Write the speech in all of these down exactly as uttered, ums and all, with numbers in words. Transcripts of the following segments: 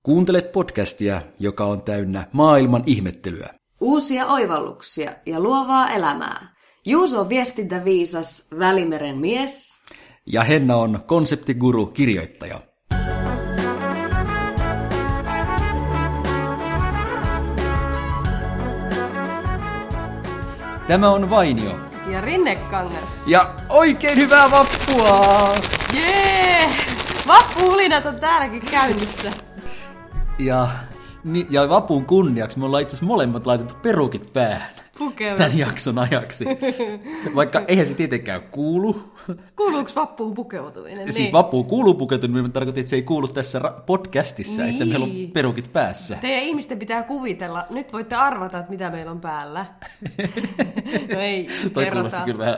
Kuuntelet podcastia, joka on täynnä maailman ihmettelyä. Uusia oivalluksia ja luovaa elämää. Juuso on viestintäviisas Välimeren mies. Ja Henna on konseptiguru kirjoittaja. Tämä on Vainio. Ja Rinnekangas. Ja oikein hyvää vappua! Jee! Vappuhulinat on täälläkin käynnissä. Ja, ja vapun kunniaksi me ollaan itse asiassa molemmat laitettu perukit päähän. Pukeudu. Tämän jakson ajaksi. Vaikka eihän se tietenkään kuulu. Kuuluuko vappuun pukeutuminen? Siis niin. vappuun kuuluu pukeutuminen, mutta tarkoitin, että se ei kuulu tässä podcastissa, niin. Että meillä on perukit päässä. Teidän ihmisten pitää kuvitella. Nyt voitte arvata, että mitä meillä on päällä. No ei, toi kuulosti kyllä vähän.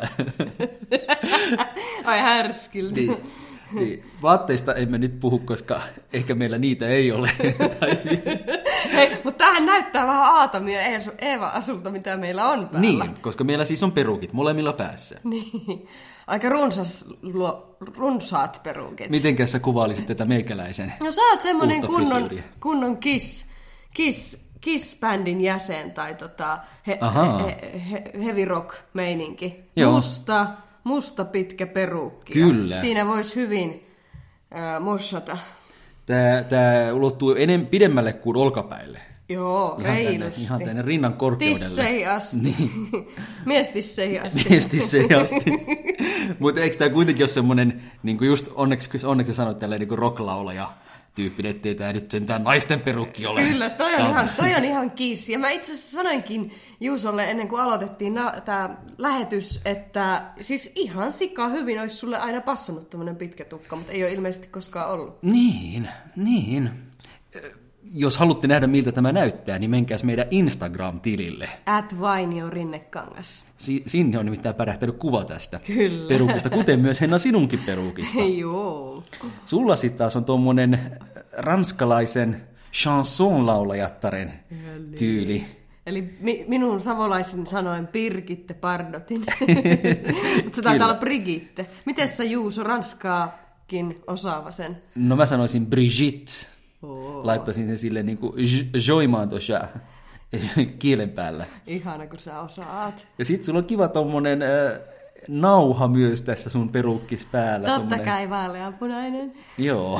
Ai härskiltä. Niin. Niin. Vaatteista emme nyt puhu, koska ehkä meillä niitä ei ole. Tai siis... Hei, mutta tämähän näyttää vähän Aatamia ja Eeva-asulta, mitä meillä on päällä. Niin, koska meillä siis on perukit molemmilla päässä. Niin. Aika runsas, luo, runsaat perukit. Mitenkäs sä kuvailisit tätä meikäläisen? No sä oot semmonen kunnon, kunnon kiss, kiss, kiss-bändin jäsen tai tota, he, he, he, heavy rock-meininki. Joo. Musta, musta pitkä perukki. Kyllä. Siinä voisi hyvin äh, moshata. Tää, tää ulottuu enem, pidemmälle kuin olkapäille. Joo, ihan reilusti. Tänne, ihan tänne rinnan korkeudelle. Tisseihin asti. Niin. Miestisseihin asti. Miestisseihin asti. Mutta eikö tämä kuitenkin ole semmoinen, niin kuin just onneksi, onneksi sanoit tälleen niin kuin rocklaulaja tyyppinen, ettei tämä nyt sentään naisten perukki ole. Kyllä, toi on, ihan, toi on ihan kiss. Ja mä itse asiassa sanoinkin Juusolle ennen kuin aloitettiin na- tämä lähetys, että siis ihan sika hyvin olisi sulle aina passannut tämmöinen pitkä tukka, mutta ei ole ilmeisesti koskaan ollut. Niin, niin. Jos haluatte nähdä, miltä tämä näyttää, niin menkääs meidän Instagram-tilille. At Vainio Rinnekangas. Si- sinne on nimittäin pärähtänyt kuva tästä Kyllä. perukista, kuten myös Henna sinunkin perukista. Joo. Sulla sitten taas on tuommoinen ranskalaisen chanson-laulajattaren tyyli. Eli mi- minun savolaisin sanoen Birgitte Pardotin. Mutta se taitaa olla Brigitte. Miten sä Juuso ranskaakin osaava sen? No mä sanoisin Brigitte. Oh. Laittaisin sen silleen niin kuin joimaan tuossa kielen päällä. Ihana, kun sä osaat. Ja sit sulla on kiva tommonen äh, nauha myös tässä sun perukkis päällä. Totta tommonen... kai vaaleanpunainen. Joo.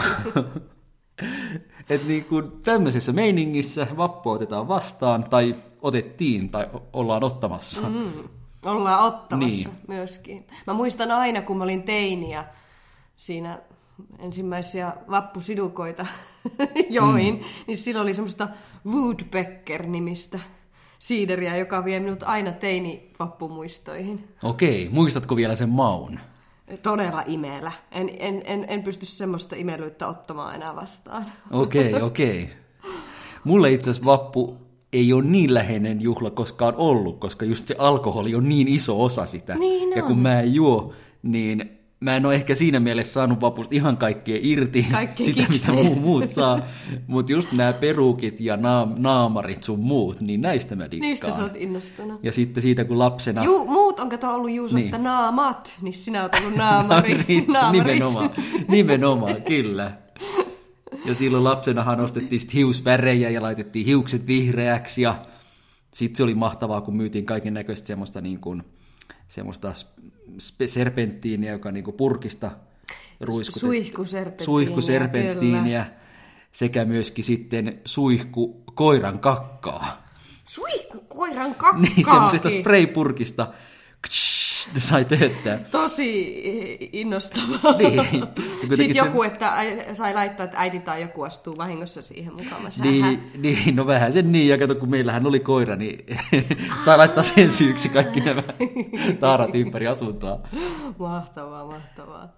Et niin kuin tämmöisessä meiningissä vappu otetaan vastaan, tai otettiin, tai ollaan ottamassa. Mm, ollaan ottamassa niin. myöskin. Mä muistan aina, kun mä olin teini ja siinä ensimmäisiä vappusidukoita join, mm. niin silloin oli semmoista Woodpecker-nimistä siideriä, joka vie minut aina teini-vappumuistoihin. Okei, muistatko vielä sen maun? Todella imelä. En, en, en, en pysty semmoista imelyyttä ottamaan enää vastaan. Okei, okei. Mulle itse asiassa vappu ei ole niin läheinen juhla koskaan ollut, koska just se alkoholi on niin iso osa sitä. Niin ja on. kun mä en juo, niin mä en ole ehkä siinä mielessä saanut vapusta ihan kaikkea irti, Kaikkea sitä kiksejä. mitä muu, muut saa. Mutta just nämä perukit ja naam, naamarit sun muut, niin näistä mä dikkaan. Niistä sä oot innostunut. Ja sitten siitä kun lapsena... Ju, muut on kato ollut Juuso, Niin. että naamat, niin sinä oot ollut naamari. naamarit. Nimenomaan, nimenomaan, kyllä. Ja silloin lapsenahan ostettiin sit hiusvärejä ja laitettiin hiukset vihreäksi. Ja sitten se oli mahtavaa, kun myytiin kaiken näköistä semmoista, niin kuin, semmoista spe- serpenttiiniä, joka niin kuin purkista ruiskutettiin. Suihkuserpenttiiniä, Suihkuserpenttiiniä sekä myöskin sitten suihku koiran kakkaa. Suihku koiran kakkaakin. Niin, semmoisesta spraypurkista sai tööttää. Tosi innostavaa. Niin. Sitten joku, se... että sai laittaa, että äiti tai joku astuu vahingossa siihen mukaan. Niin, niin, no vähän sen niin, ja kato, kun meillähän oli koira, niin sai laittaa sen syyksi kaikki nämä taarat ympäri asuntoa. Mahtavaa, mahtavaa.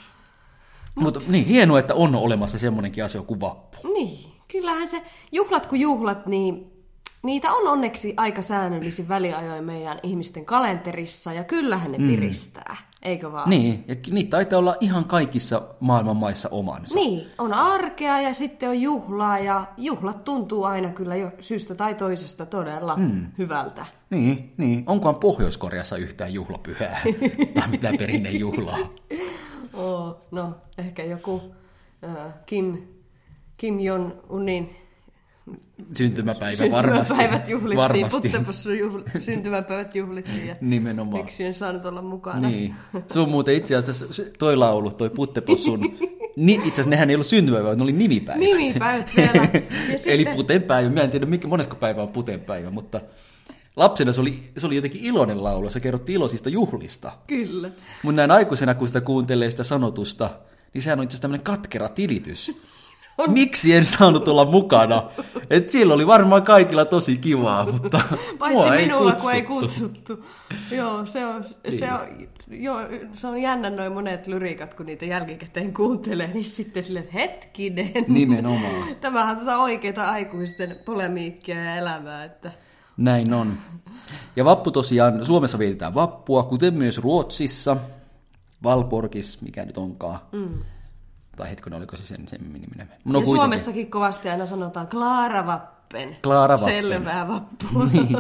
Mutta Mut, niin, hienoa, että on olemassa semmoinenkin asia kuin vappu. Niin, kyllähän se, juhlat kuin juhlat, niin niitä on onneksi aika säännöllisin väliajoin meidän ihmisten kalenterissa, ja kyllähän ne piristää, mm. eikö vaan? Niin, ja niitä taitaa olla ihan kaikissa maailman maissa omansa. Niin, on arkea ja sitten on juhlaa, ja juhlat tuntuu aina kyllä jo syystä tai toisesta todella mm. hyvältä. Niin, niin. Onkohan Pohjois-Koreassa yhtään juhlapyhää tai mitään perinnejuhlaa? Oh, no, ehkä joku äh, Kim Kim Jong-unin syntymäpäivä varmasti. Syntymäpäivät juhlittiin, varmasti. Puttepossun juhli, syntymäpäivät juhlittiin ja nimenomaan. miksi en saanut olla mukana. Niin. Se on muuten itse asiassa toi laulu, toi Puttepossun, ni, itse asiassa nehän ei ollut syntymäpäivä, ne oli nimipäivät. Nimipäivät vielä. Ja sitten... Eli putenpäivä, mä en tiedä mikä, monesko päivä on putenpäivä, mutta lapsena se oli, se oli jotenkin iloinen laulu, se kerrotti iloisista juhlista. Kyllä. Mun näin aikuisena, kun sitä kuuntelee sitä sanotusta, niin sehän on itse asiassa tämmöinen katkera tilitys. Miksi en saanut olla mukana? Et siellä oli varmaan kaikilla tosi kivaa, mutta paitsi mua ei minulla, kutsuttu. kun ei kutsuttu. Joo, se on, niin. se on, joo, se on jännä noin monet lyriikat, kun niitä jälkikäteen kuuntelee, niin sitten silleen, että hetkinen. Nimenomaan. Tämähän on tätä oikeaa aikuisten polemiikkia ja elämää. Että... Näin on. Ja vappu tosiaan, Suomessa vietetään vappua, kuten myös Ruotsissa, Valborgis, mikä nyt onkaan. Mm. Tai hetken, oliko se sen, sen niminen? No, ja Suomessakin kovasti aina sanotaan Klaara Vappen. Klaara Vappen. Selvää vappua. Niin.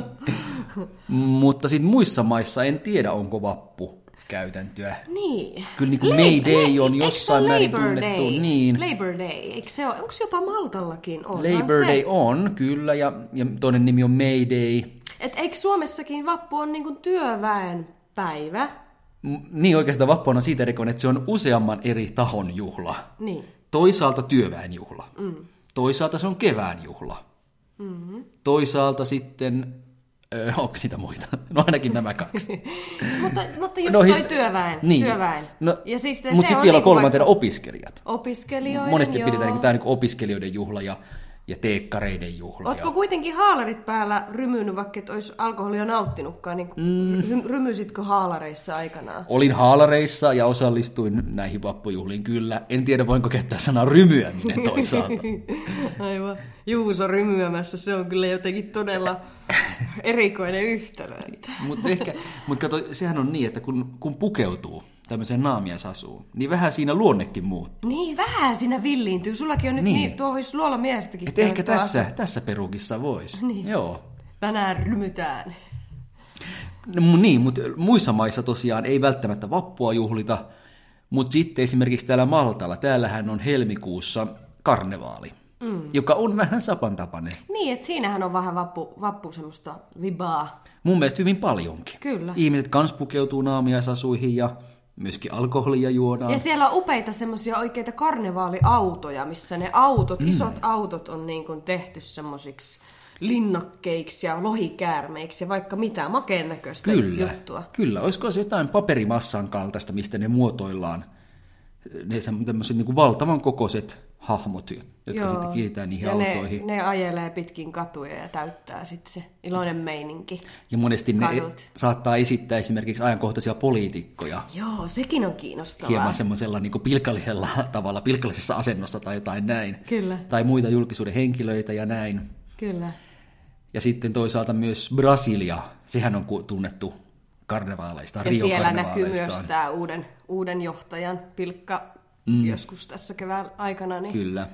Mutta sitten muissa maissa en tiedä, onko vappu käytäntöä. Niin. Kyllä niin kuin May Day on jossain määrin tunnettu. Day? Niin. Labor Day, eikö se ole? Onko se jopa Maltallakin? On, Labor se... Day on, kyllä, ja, ja toinen nimi on May Day. Et eikö Suomessakin vappu on niin kuin työväen päivä? Niin oikeastaan vappu on siitä erikoinen, että se on useamman eri tahon juhla. Niin. Toisaalta työväenjuhla. Mm. Toisaalta se on kevään juhla. Mm-hmm. Toisaalta sitten, öö, onko sitä muita? No ainakin nämä kaksi. mutta, mutta just no, toi hist... työväen. Niin. työväen. No, ja siis mutta sitten vielä kolmantena vaikka... opiskelijat. Opiskelijoiden, monesti joo. pidetään niin tämä niin opiskelijoiden juhla ja, ja teekkareiden juhla. Ootko ja... kuitenkin haalarit päällä rymynyt, vaikka et olisi alkoholia nauttinutkaan? Niin mm. Rymysitkö haalareissa aikanaan? Olin haalareissa ja osallistuin näihin vappujuhliin kyllä. En tiedä, voinko käyttää sanaa rymyäminen toisaalta. Aivan. Juuso rymyämässä, se on kyllä jotenkin todella erikoinen yhtälö. Mutta ehkä, mut kato, sehän on niin, että kun, kun pukeutuu tämmöiseen naamiaisasuun, niin vähän siinä luonnekin muuttuu. Niin, vähän siinä villiintyy. Sullakin on nyt niin, niin tuo voisi luolla miestäkin. Et ehkä tässä, tässä perukissa voisi. Niin. Joo. Tänään rymytään. No, niin, mutta muissa maissa tosiaan ei välttämättä vappua juhlita, mutta sitten esimerkiksi täällä Maltalla, täällähän on helmikuussa karnevaali, mm. joka on vähän sapantapainen. Niin, että siinähän on vähän vappu, vappu semmoista vibaa. Mun mielestä hyvin paljonkin. Kyllä. Ihmiset kans pukeutuu naamiaisasuihin ja myöskin alkoholia juodaan. Ja siellä on upeita semmoisia oikeita karnevaaliautoja, missä ne autot, mm. isot autot on niin kuin tehty semmosiksi linnakkeiksi ja lohikäärmeiksi ja vaikka mitä makeen näköistä kyllä, juttua. Kyllä, olisiko se jotain paperimassan kaltaista, mistä ne muotoillaan, ne tämmöiset niin kuin valtavan kokoiset hahmot, jotka Joo. sitten kiinnitetään niihin ja autoihin. Ne, ne ajelee pitkin katuja ja täyttää sitten se iloinen meininki. Ja monesti ne Kadut. saattaa esittää esimerkiksi ajankohtaisia poliitikkoja. Joo, sekin on kiinnostavaa. Hieman semmoisella niin kuin pilkallisella tavalla, pilkallisessa asennossa tai jotain näin. Kyllä. Tai muita julkisuuden henkilöitä ja näin. Kyllä. Ja sitten toisaalta myös Brasilia, sehän on tunnettu karnevaaleista, ja siellä Rio-karnevaaleistaan. näkyy myös tämä uuden, uuden johtajan pilkka mm. joskus tässä kevään aikana. Niin Kyllä.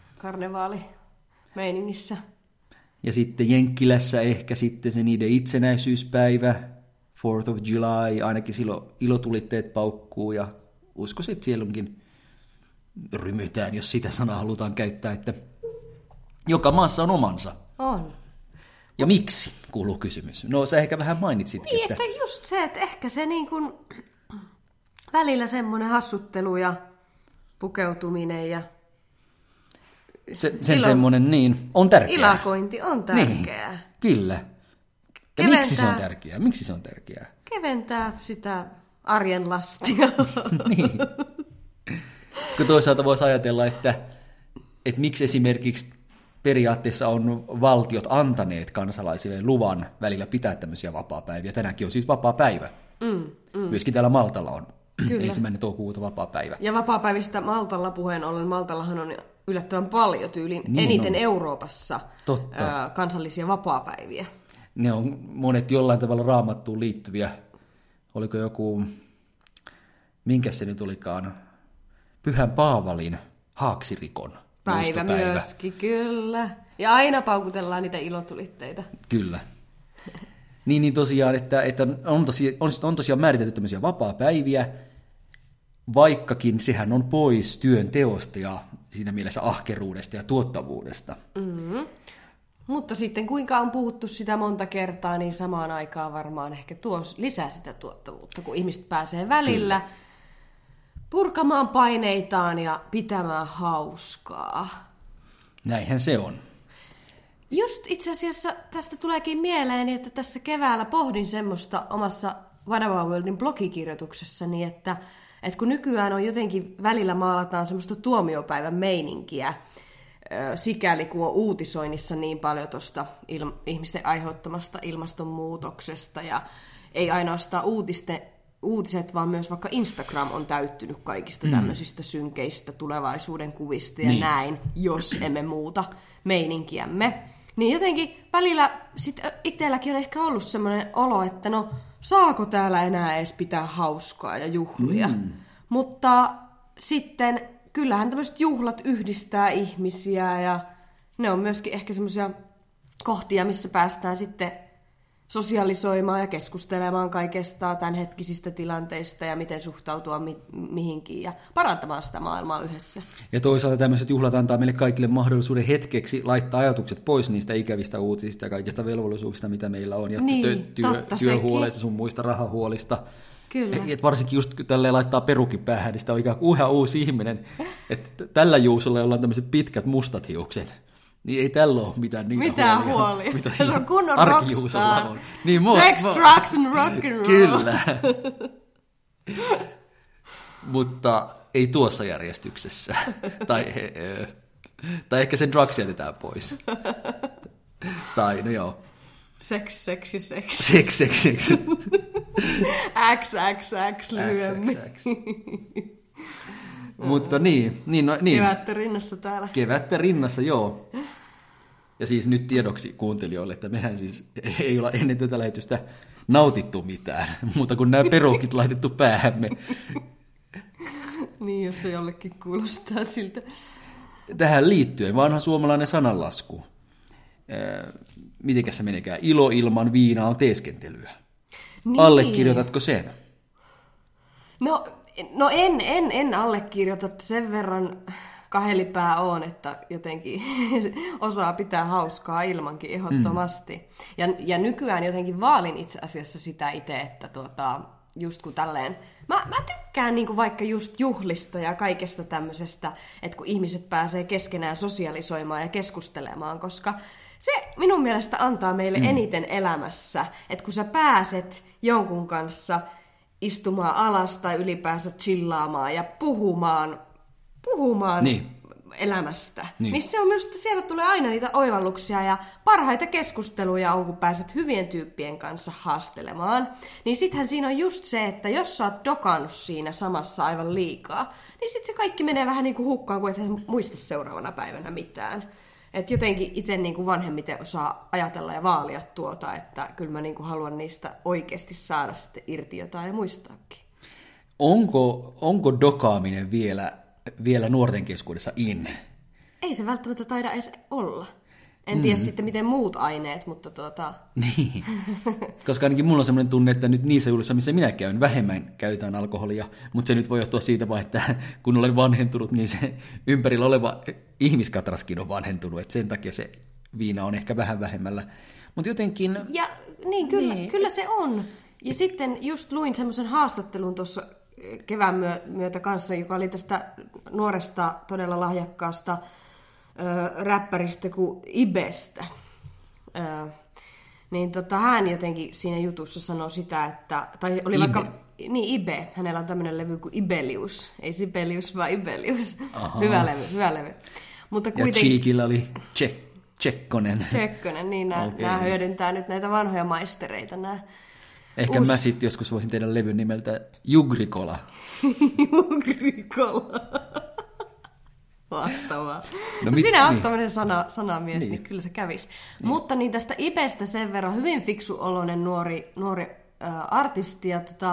Karnevaali-meiningissä. Ja sitten Jenkkilässä ehkä sitten se niiden itsenäisyyspäivä, fourth of July, ainakin silloin ilotulitteet paukkuu ja uskoisin, että siellä onkin rymytään, jos sitä sanaa halutaan käyttää, että joka maassa on omansa. On. Ja miksi, kuuluu kysymys. No sä ehkä vähän mainitsitkin. Niin, että, että just se, että ehkä se niin kuin välillä semmoinen hassuttelu ja pukeutuminen ja se, sen ilo, semmoinen niin on tärkeää. Ilakointi on tärkeää. Niin, kyllä. Ja Keventää, miksi se on tärkeää? Miksi se on tärkeää? Keventää sitä arjen lastia. Niin. Kun toisaalta voisi ajatella, että, että miksi esimerkiksi periaatteessa on valtiot antaneet kansalaisille luvan välillä pitää tämmöisiä vapaapäiviä. Tänäänkin on siis vapaapäivä. Mm, mm. Myöskin täällä Maltalla on Kyllä. ensimmäinen toukokuuta vapaapäivä. Ja vapaapäivistä Maltalla puheen ollen, Maltallahan on yllättävän paljon tyylin niin eniten on. Euroopassa Totta. kansallisia vapaapäiviä. Ne on monet jollain tavalla Raamattuun liittyviä. Oliko joku, minkä se nyt olikaan, Pyhän Paavalin haaksirikon päivä myöskin, kyllä. Ja aina paukutellaan niitä ilotulitteita. Kyllä. Niin, niin tosiaan, että, että on, tosiaan, on, on tosiaan määritelty tämmöisiä vapaapäiviä, vaikkakin sehän on pois työn teosta ja siinä mielessä ahkeruudesta ja tuottavuudesta. Mm-hmm. Mutta sitten kuinka on puhuttu sitä monta kertaa, niin samaan aikaan varmaan ehkä tuo lisää sitä tuottavuutta, kun ihmiset pääsee välillä Kyllä. purkamaan paineitaan ja pitämään hauskaa. Näinhän se on. Just itse asiassa tästä tuleekin mieleeni, että tässä keväällä pohdin semmoista omassa Whatever Worldin blogikirjoituksessani, että, että kun nykyään on jotenkin välillä maalataan semmoista tuomiopäivän meininkiä, sikäli kun on uutisoinnissa niin paljon tuosta il- ihmisten aiheuttamasta ilmastonmuutoksesta ja ei ainoastaan uutisten, uutiset, vaan myös vaikka Instagram on täyttynyt kaikista mm. tämmöisistä synkeistä tulevaisuuden kuvista ja niin. näin, jos emme muuta meininkiämme. Niin jotenkin välillä sit itselläkin on ehkä ollut semmoinen olo, että no saako täällä enää edes pitää hauskaa ja juhlia. Mm. Mutta sitten kyllähän tämmöiset juhlat yhdistää ihmisiä ja ne on myöskin ehkä semmoisia kohtia, missä päästään sitten sosialisoimaan ja keskustelemaan kaikesta tämänhetkisistä tilanteista ja miten suhtautua mi- mihinkin ja parantamaan sitä maailmaa yhdessä. Ja toisaalta tämmöiset juhlat antaa meille kaikille mahdollisuuden hetkeksi laittaa ajatukset pois niistä ikävistä uutisista ja kaikista velvollisuuksista, mitä meillä on, ja niin, työ, työ, työhuolista, sun muista rahahuolista. Kyllä. Et varsinkin just kun tälleen laittaa perukin päähän, niin sitä on ikään kuin ihan uusi ihminen. Että tällä Juusolla, jolla on tämmöiset pitkät mustat hiukset, niin ei tällä ole mitään niitä mitään huolia. huolia. Mitä se on kunnon rockstar. On. Niin, mua, Sex, mua... drugs and rock and roll. Kyllä. Mutta ei tuossa järjestyksessä. tai, tai ehkä sen drugs jätetään pois. tai, no joo. Sex, seksi, seksi. Sex, sex, sex. X, X, X lyhyemmin. X, X, X. Mutta niin, niin, no, niin. Kevättä rinnassa täällä. Kevättä rinnassa, joo. Ja siis nyt tiedoksi kuuntelijoille, että mehän siis ei olla ennen tätä lähetystä nautittu mitään, mutta kun nämä perukit laitettu päähämme. Niin, jos se jollekin kuulostaa siltä. Tähän liittyen vanha suomalainen sananlasku. Mitenkäs se menekään? Ilo ilman viinaa on teeskentelyä. Niin. Allekirjoitatko sen? No, no en, en, en allekirjoita, sen verran kahelipää on, että jotenkin osaa pitää hauskaa ilmankin ehdottomasti. Mm. Ja, ja nykyään jotenkin vaalin itse asiassa sitä itse, että tuota, just kun tälleen, mä, mä tykkään niinku vaikka just juhlista ja kaikesta tämmöisestä, että kun ihmiset pääsee keskenään sosialisoimaan ja keskustelemaan, koska se minun mielestä antaa meille mm. eniten elämässä, että kun sä pääset jonkun kanssa istumaan alas tai ylipäänsä chillaamaan ja puhumaan, puhumaan niin. elämästä, niin. niin se on minusta, siellä tulee aina niitä oivalluksia ja parhaita keskusteluja on, kun pääset hyvien tyyppien kanssa haastelemaan. Niin sittenhän siinä on just se, että jos sä oot dokannut siinä samassa aivan liikaa, niin sitten se kaikki menee vähän niin kuin hukkaan, kun et muista seuraavana päivänä mitään. Että jotenkin itse niin kuin vanhemmiten osaa ajatella ja vaalia tuota, että kyllä mä niin kuin haluan niistä oikeasti saada sitten irti jotain ja muistaakin. Onko, onko dokaaminen vielä, vielä nuorten keskuudessa in? Ei se välttämättä taida edes olla. En tiedä mm. sitten miten muut aineet, mutta tuota... Niin, koska ainakin mulla on sellainen tunne, että nyt niissä juhlissa, missä minä käyn, vähemmän käytetään alkoholia, mutta se nyt voi johtua siitä vaan, että kun olen vanhentunut, niin se ympärillä oleva ihmiskatraskin on vanhentunut, että sen takia se viina on ehkä vähän vähemmällä. Mutta jotenkin... Ja niin, kyllä, niin. kyllä se on. Ja sitten just luin semmoisen haastattelun tuossa kevään myötä kanssa, joka oli tästä nuoresta, todella lahjakkaasta räppäristä kuin Ibestä. Ö, niin tota, hän jotenkin siinä jutussa sanoi sitä, että... Tai oli Ibe. vaikka, niin, Ibe. Hänellä on tämmöinen levy kuin Ibelius. Ei Sibelius, vaan Ibelius. Hyvä levy, hyvä levy. Mutta kuiten... Ja Cheekillä oli Check, Tsekkonen. Tsekkonen, niin nämä, okay. nämä hyödyntää nyt näitä vanhoja maistereita. Nämä Ehkä Us... mä sitten joskus voisin tehdä levyn nimeltä Jugrikola. Jugrikola. Mahtavaa. No, mit, sinä olet niin. tämmöinen sana, sanamies, niin. niin kyllä se kävisi. Niin. Mutta niin tästä Ibestä sen verran hyvin fiksuoloinen nuori, nuori äh, artisti ja tota,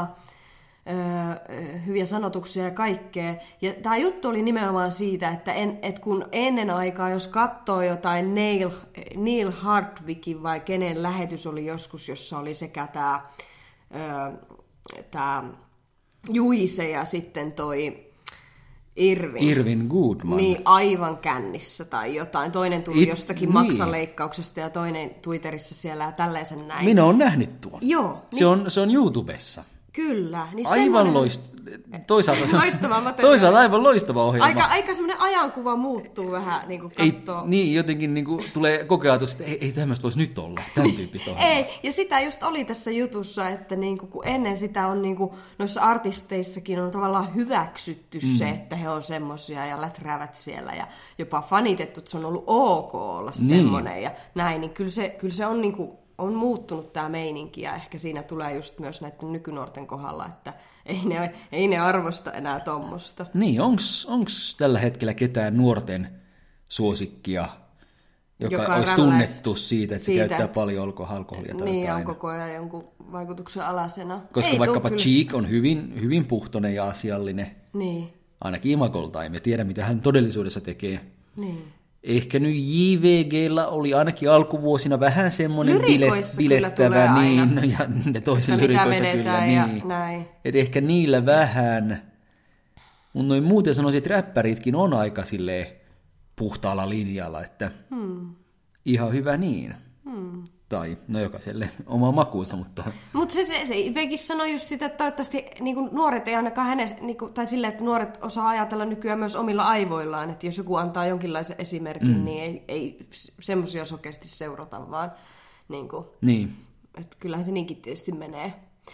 äh, hyviä sanotuksia ja kaikkea. Ja tämä juttu oli nimenomaan siitä, että en, et kun ennen aikaa, jos katsoo jotain Neil, Neil Hardwickin vai kenen lähetys oli joskus, jossa oli sekä tämä äh, Juise ja sitten toi Irvin. Irvin Goodman. Niin, aivan kännissä tai jotain. Toinen tuli It, jostakin niin. maksaleikkauksesta ja toinen Twitterissä siellä ja tälleisen näin. Minä olen nähnyt tuon. Joo. Se, niin on, se on YouTubessa. Kyllä. Niin aivan semmoinen... loist... Toisaalta, se... loistava Toisaalta aivan loistava ohjelma. Aika, aika semmoinen ajankuva muuttuu vähän, niin kuin katsoo. Ei, niin, jotenkin niin kuin, tulee kokea ajatus, että ei, ei tämmöistä voisi nyt olla, tämän tyyppistä ohjelmaa. Ei, ja sitä just oli tässä jutussa, että niin kuin, kun ennen sitä on niin kuin, noissa artisteissakin on tavallaan hyväksytty mm. se, että he on semmosia ja läträävät siellä ja jopa fanitettu, että se on ollut ok olla niin. semmoinen ja näin, niin kyllä se, kyllä se on niin kuin, on muuttunut tämä meininki ja ehkä siinä tulee just myös näiden nykynuorten kohdalla, että ei ne, ei ne arvosta enää tommosta. Niin, onks tällä hetkellä ketään nuorten suosikkia, joka, joka olisi tunnettu siitä, että siitä, se käyttää että, paljon alkoholia tai niin, jotain? on koko ajan jonkun vaikutuksen alasena. Koska ei vaikkapa Cheek on hyvin, hyvin puhtoinen ja asiallinen, niin. ainakin imagolta, emme tiedä mitä hän todellisuudessa tekee. Niin. Ehkä nyt J V G:llä oli ainakin alkuvuosina vähän semmoinen bilet, bilettävä, niin, no, ja ne toisen lyrikoissa kyllä, niin. Että ehkä niillä vähän, mutta noin muuten sanoisin, että räppäritkin on aika silleen puhtaalla linjalla, että hmm. ihan hyvä niin. Hmm. Tai no jokaiselle oma makuunsa, mutta... Mutta se, se, se Becky sanoi just sitä, että toivottavasti niin nuoret ei ainakaan hänen, niin kuin, tai silleen, että nuoret osaa ajatella nykyään myös omilla aivoillaan, että jos joku antaa jonkinlaisen esimerkin, mm. niin ei, ei semmoisia sokeasti seurata, vaan niin kuin, niin. Että kyllähän se niinkin tietysti menee.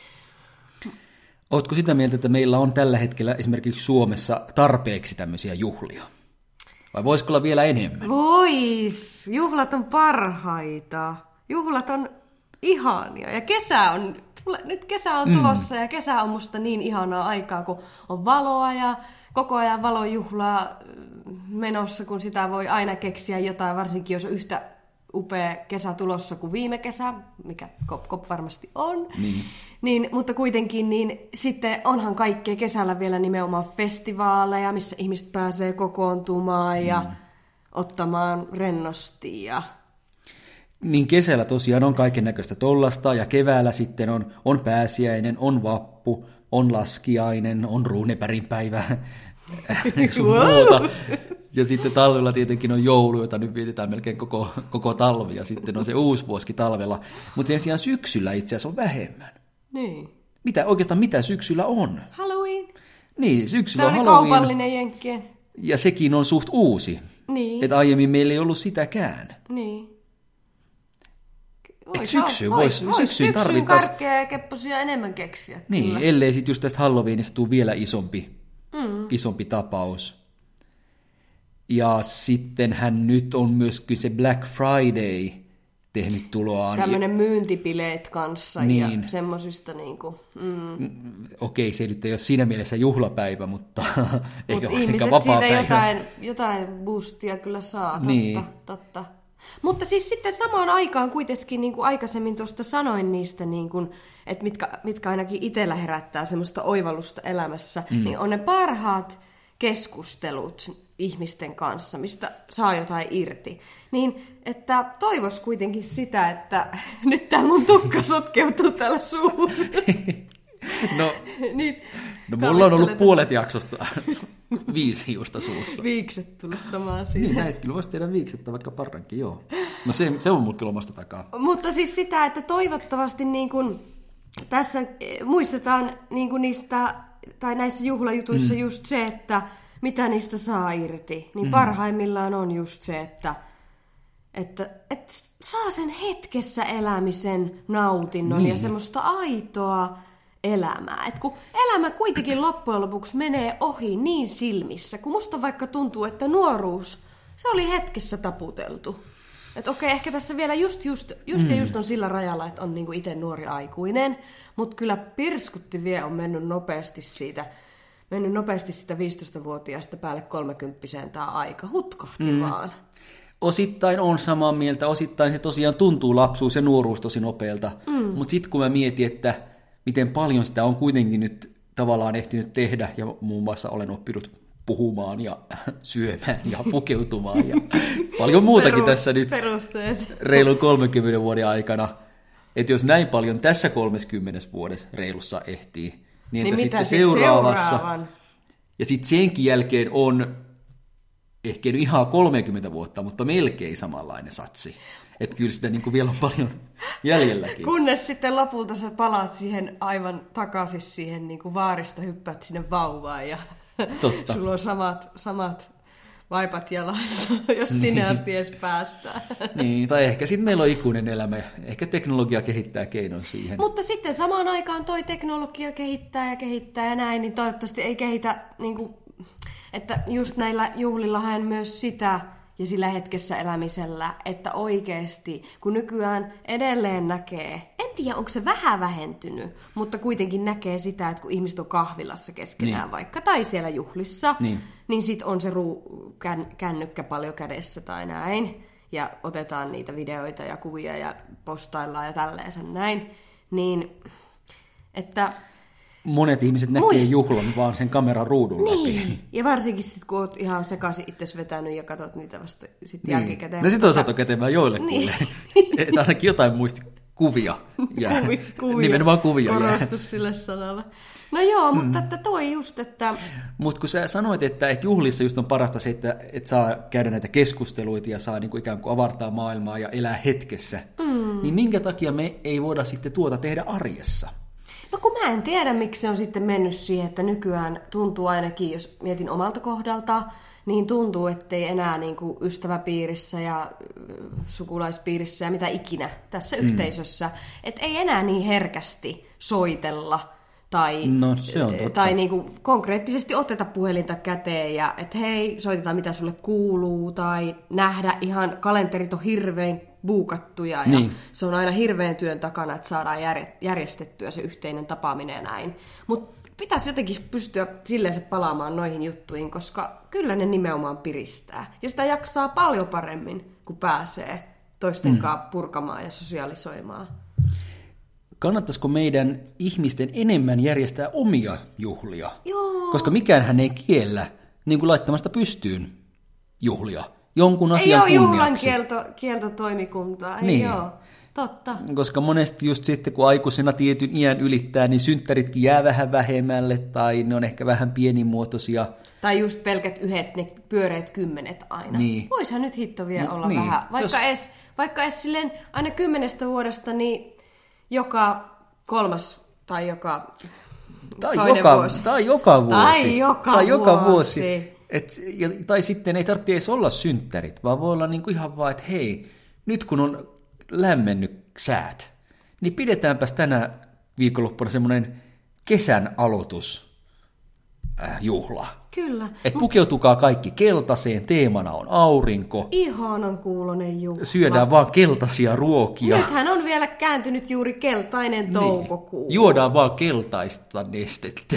Ootko sitä mieltä, että meillä on tällä hetkellä esimerkiksi Suomessa tarpeeksi tämmöisiä juhlia? Vai voisiko olla vielä enemmän? Vois! Juhlat on parhaita. Juhlat on ihania ja kesä on, nyt kesä on tulossa mm. ja kesä on musta niin ihanaa aikaa, kun on valoa ja koko ajan valojuhlaa menossa, kun sitä voi aina keksiä jotain, varsinkin jos on yhtä upea kesä tulossa kuin viime kesä, mikä kop, kop varmasti on. Niin. Niin, mutta kuitenkin niin sitten onhan kaikkea kesällä vielä nimenomaan festivaaleja, missä ihmiset pääsee kokoontumaan ja mm. ottamaan rennosti ja... Niin kesällä tosiaan on kaiken näköistä tollasta ja keväällä sitten on, on pääsiäinen, on vappu, on laskiainen, on Runebergin päivä, muuta. Ja sitten talvella tietenkin on joulu, jota nyt vietetään melkein koko, koko talvi ja sitten on se uusi vuosi talvella. Mutta sen sijaan syksyllä itse asiassa on vähemmän. Niin. Mitä, oikeastaan mitä syksyllä on? Halloween. Niin, syksyllä on Halloween. kaupallinen jenkkien. Ja sekin on suht uusi. Niin. Että aiemmin meillä ei ollut sitäkään. Niin. Et syksyyn vois, vois, syksyyn tarvittaisiin... karkkeja ja kepposia enemmän keksiä. Niin, kyllä. Ellei sitten just tästä Halloweenista tule vielä isompi, mm. isompi tapaus. Ja sittenhän nyt on myöskin se Black Friday tehnyt tuloaan. Tämmöinen myyntipileet kanssa niin. Ja semmosista niinku... Mm. Okei, se nyt ei ole siinä mielessä juhlapäivä, mutta eikä Mut varsinkaan vapaapäivä. Ihmiset siitä jotain, jotain boostia kyllä saa, totta, niin. totta. Mutta siis sitten samaan aikaan kuitenkin, niin kuin aikaisemmin tuosta sanoin niistä, niin kuin, että mitkä, mitkä ainakin itsellä herättää semmoista oivallusta elämässä, mm. niin on ne parhaat keskustelut ihmisten kanssa, mistä saa jotain irti. Niin, että toivois kuitenkin sitä, että nyt tämä mun tukka sotkeutuu täällä suuhun. No, niin, no mulla on ollut tässä puolet jaksosta viisi hiusta suussa. Viikset tullut samaan siihen. Niin, näistä kyllä voisi tehdä viiksettä vaikka parrankin, joo. No se, se on mulla kyllä omasta takaa. Mutta siis sitä, että toivottavasti niin kun, tässä muistetaan niin kun niistä, tai näissä juhlajutuissa mm. just se, että mitä niistä saa irti. Niin mm. parhaimmillaan on just se, että Että, että saa sen hetkessä elämisen nautinnon niin. Ja semmoista aitoa elämää. Et kun elämä kuitenkin loppujen lopuksi menee ohi niin silmissä, kun musta vaikka tuntuu, että nuoruus, se oli hetkessä taputeltu. Että okei, ehkä tässä vielä just, just, just mm. ja just on sillä rajalla, että on niinku itse nuori aikuinen, mutta kyllä pirskutti vie on mennyt nopeasti siitä, mennyt nopeasti sitä viisitoistavuotiaasta päälle kolmekymppiseen tämä aika. Hutkahti mm. vaan. Osittain on samaa mieltä, osittain se tosiaan tuntuu lapsuus ja nuoruus tosi nopealta, mm. mutta sitten kun mä mietin, että miten paljon sitä on kuitenkin nyt tavallaan ehtinyt tehdä, ja muun muassa olen oppinut puhumaan ja syömään ja pukeutumaan ja paljon muutakin Perus, tässä nyt perusteet. reilun kolmenkymmenen vuoden aikana, että jos näin paljon tässä kolmekymmentä vuodessa reilussa ehtii, niin, niin sitten seuraavassa... Seuraavan? Ja sitten senkin jälkeen on ehkä nyt ihan kolmekymmentä vuotta, mutta melkein samanlainen satsi. Että kyllä sitä niin kuin vielä on paljon jäljelläkin. Kunnes sitten lopulta sä palaat siihen aivan takaisin siihen niin kuin vaarista, hyppäät sinne vauvaan ja Totta. sulla on samat, samat vaipat jalassa, jos sinne asti edes päästään. Niin, tai ehkä sitten meillä on ikuinen elämä. Ehkä teknologia kehittää keinon siihen. Mutta sitten samaan aikaan toi teknologia kehittää ja kehittää ja näin, niin toivottavasti ei kehitä, niin kuin, että just näillä juhlillahan myös sitä ja sillä hetkessä elämisellä, että oikeasti, kun nykyään edelleen näkee, en tiedä onko se vähän vähentynyt, mutta kuitenkin näkee sitä, että kun ihmiset on kahvilassa keskenään niin. vaikka, tai siellä juhlissa, niin, niin sit on se ruu, kän, kännykkä paljon kädessä tai näin, ja otetaan niitä videoita ja kuvia ja postaillaan ja tälleensä näin, niin että monet ihmiset näkee Muist... juhlan vaan sen kameran ruudun niin. läpi. Ja varsinkin sitten, kun oot ihan sekaisin itsesi vetänyt ja katsot niitä vasta sitten niin. jälkikäteen. No sit on saatu kätemään joillekulle. Niin. Että ainakin jotain muisti kuvia. Jää. Kuvi, kuvia. Nimenomaan kuvia. Korostus sille sanalle. No joo, mutta mm. että toi just, että Mutta kun sä sanoit, että, että juhlissa just on parasta se, että, että saa käydä näitä keskusteluita ja saa niin kuin ikään kuin avartaa maailmaa ja elää hetkessä, mm. niin minkä takia me ei voida sitten tuota tehdä arjessa? No kun mä en tiedä, miksi se on sitten mennyt siihen, että nykyään tuntuu ainakin, jos mietin omalta kohdalta, niin tuntuu, ettei enää niin kuin ystäväpiirissä ja sukulaispiirissä ja mitä ikinä tässä mm. yhteisössä, että ei enää niin herkästi soitella tai, no, se on totta. tai niin kuin konkreettisesti oteta puhelinta käteen ja että hei, soitetaan mitä sulle kuuluu tai nähdä ihan kalenterit on hirveän buukattuja ja niin. se on aina hirveän työn takana, että saadaan järjestettyä se yhteinen tapaaminen ja näin. Mutta pitäisi jotenkin pystyä silleen se palaamaan noihin juttuihin, koska kyllä ne nimenomaan piristää. Ja sitä jaksaa paljon paremmin, kun pääsee toisten kanssa mm. purkamaan ja sosiaalisoimaan. Kannattaisiko meidän ihmisten enemmän järjestää omia juhlia? Joo. Koska mikäänhän ei kiellä niin kuin laittamasta pystyyn juhlia. Jonkun asian kunniaksi. Ei ole juhlan kielto, kieltotoimikuntaa, ei niin. ole. Totta. Koska monesti just sitten, kun aikuisena tietyn iän ylittää, niin synttäritkin jää vähän vähemmälle, tai ne on ehkä vähän pienimuotoisia. Tai just pelkät yhdet, ne pyöreät kymmenet aina. Niin. Voisihan nyt hitto vielä no, olla niin. vähän. Vaikka, Jos... edes, vaikka edes silleen aina kymmenestä vuodesta, niin joka kolmas tai joka tai toinen joka, vuosi. Tai joka vuosi. Tai joka, tai joka vuosi. vuosi. Et, ja, tai sitten ei tarvitse edes olla synttärit, vaan voi olla niinku ihan vaan, että hei, nyt kun on lämmennyt säät, niin pidetäänpäs tänä viikonloppuna semmoinen kesän aloitus äh, juhla. Kyllä. Et pukeutukaa kaikki keltaiseen, teemana on aurinko. Ihanan kuulonen juhla. Syödään vaan keltaisia ruokia. Nythän on vielä kääntynyt juuri keltainen niin. toukokuu. Juodaan vaan keltaista nestettä.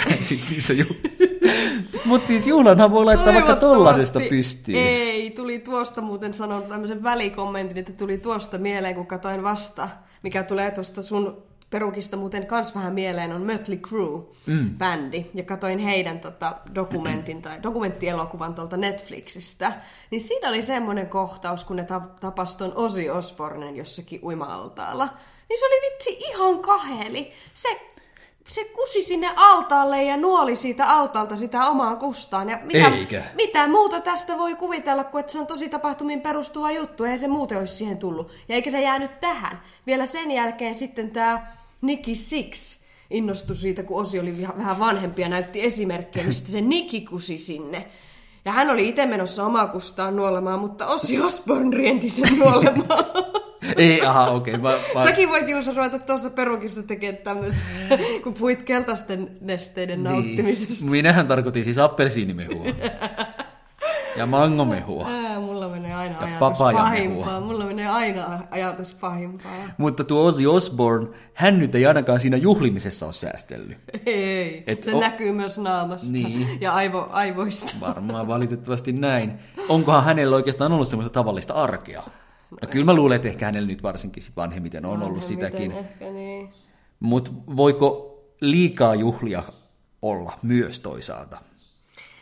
Mutta siis juhlanhan voi laittaa vaikka tollasesta pystyyn. Ei, tuli tuosta muuten sanon tämmöisen välikommentin, että tuli tuosta mieleen, kun katsoin vasta, mikä tulee tuosta sun perukista muuten kans vähän mieleen, on Mötley Crüe-bändi. Mm. Ja katsoin heidän tota, dokumentin tai dokumenttielokuvan tuolta Netflixistä. Niin siinä oli semmoinen kohtaus, kun ne tapas ton Ozzy Osbournen jossakin uima-altaalla. Niin se oli vitsi ihan kaheli. Se... Se kusi sinne altaalle ja nuoli siitä altaalta sitä omaa kustaan. Ja mitä, Eikä. mitä muuta tästä voi kuvitella, kuin että se on tosi tapahtumiin perustuva juttu. Ei se muuten olisi siihen tullut. Ja eikä se jäänyt tähän. Vielä sen jälkeen sitten tämä Nikki Sixx innostui siitä, kun Ozzy oli vähän vanhempi ja näytti esimerkkiä, niin sitten se Nikki kusi sinne. Ja hän oli itse menossa omaa kustaan nuolemaan, mutta Ozzy Osbourne rienti sen nuolemaan. Ei, aha, okei. Okay. Mä... Säkin voit Juuso ruveta tuossa perukissa tekemään tämmöisen, kun puhuit keltaisten nesteiden niin. nauttimisesta. Minähän tarkoitin siis appelsiinimehua. Ja mangomehua. Ää, mulla menee aina ja ajatus pahimpaa. Mulla menee aina ajatus pahimpaa. Mutta tuo Ozzy Osbourne, hän nyt ei ainakaan siinä juhlimisessa ole säästellyt. Ei, Et se o... näkyy myös naamasta niin. ja aivo, aivoista. Varmaan valitettavasti näin. Onkohan hänellä oikeastaan ollut semmoista tavallista arkea? No kyllä mä luulen, että ehkä hänellä nyt varsinkin sit vanhemmiten on vanhemmiten ollut sitäkin. Ehkä niin. Mutta voiko liikaa juhlia olla myös toisaalta?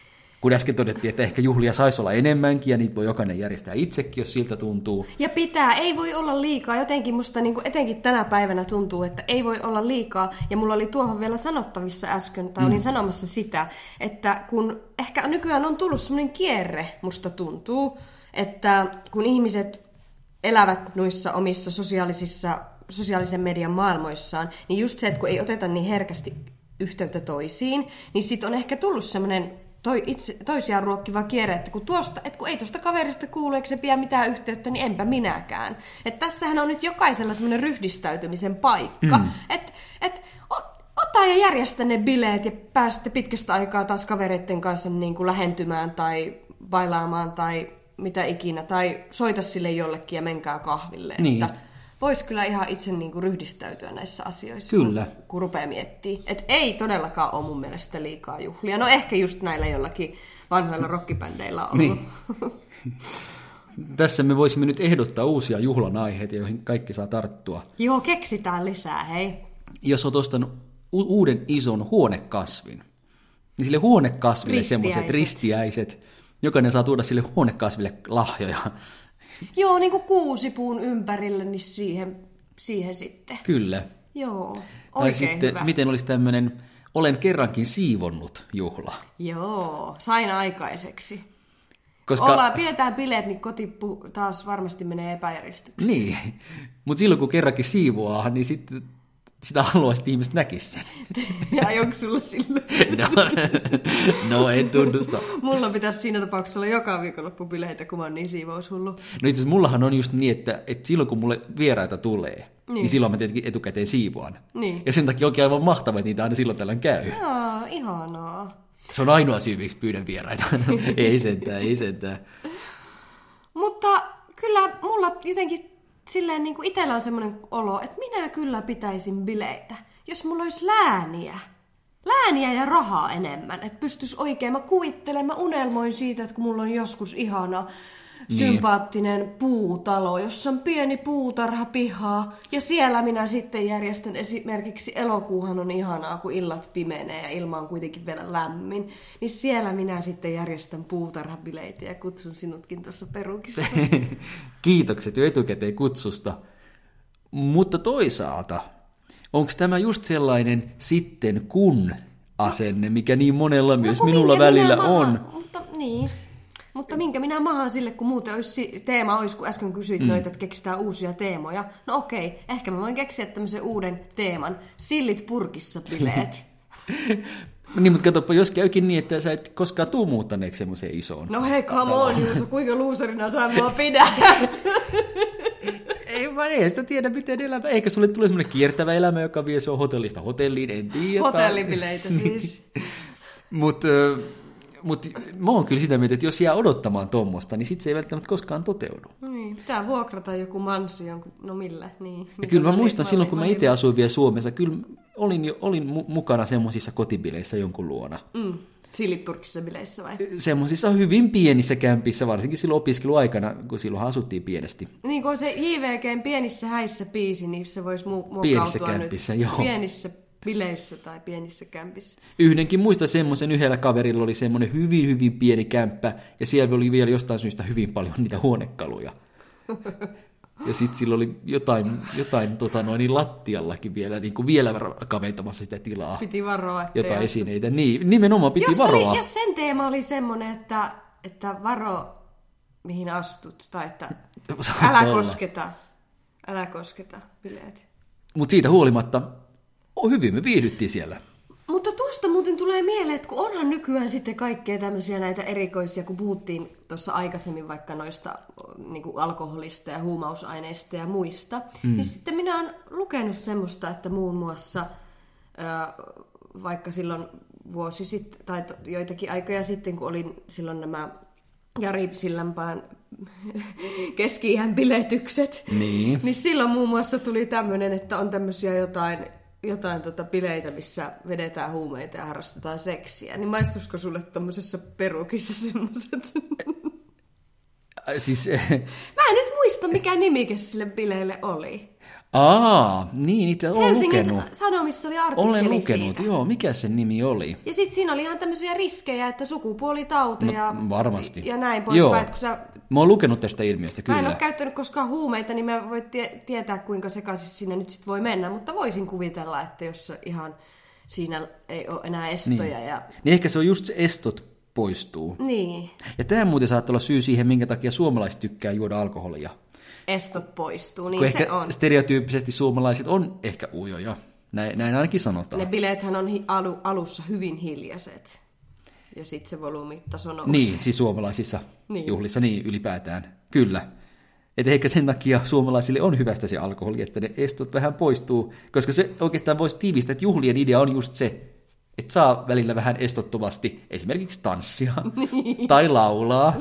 Kun äsken todettiin, että ehkä juhlia saisi olla enemmänkin ja niitä voi jokainen järjestää itsekin, jos siltä tuntuu. Ja pitää, ei voi olla liikaa. Jotenkin musta niin kuin etenkin tänä päivänä tuntuu, että ei voi olla liikaa. Ja mulla oli tuohon vielä sanottavissa äsken, tai olin mm. sanomassa sitä, että kun ehkä nykyään on tullut semmoinen kierre, musta tuntuu, että kun ihmiset elävät noissa omissa sosiaalisissa, sosiaalisen median maailmoissaan, niin just se, että kun ei oteta niin herkästi yhteyttä toisiin, niin sit on ehkä tullut semmoinen toi, itse, toisiaan ruokkiva kierre, että kun, tuosta, että kun ei tuosta kaverista kuulu, eikä se pidä mitään yhteyttä, niin enpä minäkään. Että tässähän on nyt jokaisella semmoinen ryhdistäytymisen paikka, mm. että et, ota ja järjestä ne bileet ja pääsette pitkästä aikaa taas kavereiden kanssa niin kuin lähentymään tai bailaamaan tai mitä ikinä, tai soita sille jollekin ja menkää kahville. Niin. Että voisi kyllä ihan itse niin kuin ryhdistäytyä näissä asioissa, kyllä. kun, kun rupeaa miettimään. Että ei todellakaan ole mun mielestä liikaa juhlia. No ehkä just näillä jollakin vanhoilla rockibändeillä on ollut. Niin. Tässä me voisimme nyt ehdottaa uusia juhlan aiheita, joihin kaikki saa tarttua. Joo, keksitään lisää, hei. Jos olet ostanut u- uuden ison huonekasvin, niin sille huonekasville semmoiset ristiäiset, jokainen saa tuoda sille huonekasville lahjoja. Joo, niin kuin kuusipuun ympärillä, niin siihen, siihen sitten. Kyllä. Joo, oikein tai sitten, hyvä. Miten olisi tämmöinen, olen kerrankin siivonnut juhla. Joo, sain aikaiseksi. Koska... Ollaan, pidetään bileet, niin koti taas varmasti menee epäjärjestykseen. Niin, mutta silloin kun kerrankin siivoaa, niin sitten sitä haluaisi, että ihmiset näkisi sen. Ja onko sulla sille? No, no, en tunnusta. Mulla pitäisi siinä tapauksessa olla joka viikonloppu bileitä, kun mä oon niin siivoushullu. No itse asiassa mullahan on just niin, että, että silloin kun mulle vieraita tulee, niin, niin silloin mä tietenkin etukäteen siivoan. Niin. Ja sen takia onkin aivan mahtavaa, että niitä aina silloin tällöin käy. Jaa, ihanaa. Se on ainoa syy, miksi pyydän vieraita. Ei sentään, ei sentään. Mutta kyllä mulla jotenkin silleen niin kuin itsellä on semmoinen olo, että minä kyllä pitäisin bileitä, jos mulla olisi lääniä. Lääniä ja rahaa enemmän, että pystyisi oikein. Mä kuvittelen, mä unelmoin siitä, että kun mulla on joskus ihana, niin. sympaattinen puutalo, jossa on pieni puutarha pihaa, ja siellä minä sitten järjestän esimerkiksi elokuuhan on ihanaa, kun illat pimenee ja ilma on kuitenkin vielä lämmin, niin siellä minä sitten järjestän puutarhabileitä ja kutsun sinutkin tuossa perukissa. Kiitokset jo etukäteen kutsusta, mutta toisaalta, onko tämä just sellainen sitten kun asenne, mikä niin monella myös no, minulla välillä minä on? Maha, mutta niin. Mutta minkä minä mahaan sille, kun muuten olisi, teema olisi, kun äsken kysyit mm. noita, että keksitään uusia teemoja. No okei, ehkä mä voin keksiä tämmöisen uuden teeman. Sillit purkissa bileet. Niin, mutta katsoppa, jos käykin niin, että sä et koskaan tuu muuttaneeksi semmoiseen isoon. No hei, come on, Juuso, kuinka luuserina sä mua pidät? Ei, mä en sitä tiedä, miten elämä. Eikä sulle tule semmoinen kiertävä elämä, joka vie sua hotellista hotelliin, en tiedä. Hotellibileitä siis. Mutta... Mutta mä oon kyllä sitä mieltä, että jos jää odottamaan tuommoista, niin sit se ei välttämättä koskaan toteudu. No niin, pitää vuokrata joku manssi, jonkun, no millä, niin. Ja kyllä mä muistan silloin, kun mä itse asuin vielä Suomessa, kyllä olin, jo, olin mu- mukana semmoisissa kotibileissä jonkun luona. Mm. Sillipurkissa bileissä vai? Semmoisissa hyvin pienissä kämpissä, varsinkin silloin opiskeluaikana, kun silloin asuttiin pienesti. Niin kuin se J V G:n pienissä häissä biisi, niin se voisi mu- muokautua pienissä kämpissä, nyt. Joo. Pienissä bileissä tai pienissä kämpissä. Yhdenkin muista semmoisen, yhdellä kaverilla oli semmoinen hyvin, hyvin pieni kämppä, ja siellä oli vielä jostain syystä hyvin paljon niitä huonekaluja. Ja sitten sillä oli jotain, jotain tota noin, niin lattiallakin vielä, niin kuin vielä kaventamassa sitä tilaa. Piti varoa. Jotain esineitä. Niin, nimenomaan piti jos varoa. Oli, jos sen teema oli semmoinen, että, että varo, mihin astut, tai että älä olla. kosketa, älä kosketa bileet. Mutta siitä huolimatta, oh, hyvin me viihdyttiin siellä. Mutta tuosta muuten tulee mieleen, että kun onhan nykyään sitten kaikkea tämmöisiä näitä erikoisia, kun puhuttiin tuossa aikaisemmin vaikka noista niin kuin alkoholista ja huumausaineista ja muista, mm. niin sitten minä olen lukenut semmoista, että muun muassa vaikka silloin vuosi sitten, tai joitakin aikoja sitten, kun olin silloin nämä Jari Sillanpään keski-iän biletykset, niin. niin silloin muun muassa tuli tämmöinen, että on tämmöisiä jotain... jotain tota bileitä, missä vedetään huumeita ja harrastetaan seksiä, niin maistuisiko sulle tommosessa perukissa semmoset? Siis... Mä en nyt muista, mikä nimike sille bileille oli. Aa, niin, itse olen Helsingin lukenut. Sanomissa oli artikkeli Olen lukenut, siitä. joo. Mikä sen nimi oli? Ja sitten siinä oli ihan tämmöisiä riskejä, että sukupuolitauteja No, varmasti. ja näin Joo. poispäin. Kun sä... Mä oon lukenut tästä ilmiöstä, kyllä. Mä en ole käyttänyt koskaan huumeita, niin mä voin tie- tietää, kuinka sekaisin sinne nyt sit voi mennä. Mutta voisin kuvitella, että jos ihan siinä ei ole enää estoja. Niin. Ja... niin ehkä se on just se estot poistuu. Niin. Ja tämä muuten saattaa olla syy siihen, minkä takia suomalaiset tykkää juoda alkoholia. Estot poistuu, Kun niin ehkä se on. stereotyyppisesti suomalaiset on ehkä ujoja. Näin, näin ainakin sanotaan. Ne bileethän on hi- alu- alussa hyvin hiljaiset. Ja sitten se volyymitaso nousee. Niin, siis suomalaisissa Niin. juhlissa, niin ylipäätään. Kyllä. Että ehkä sen takia suomalaisille on hyvästä se alkoholi, että ne estot vähän poistuu. Koska se oikeastaan voisi tiivistää, että juhlien idea on just se, että saa välillä vähän estottomasti esimerkiksi tanssia niin. tai laulaa.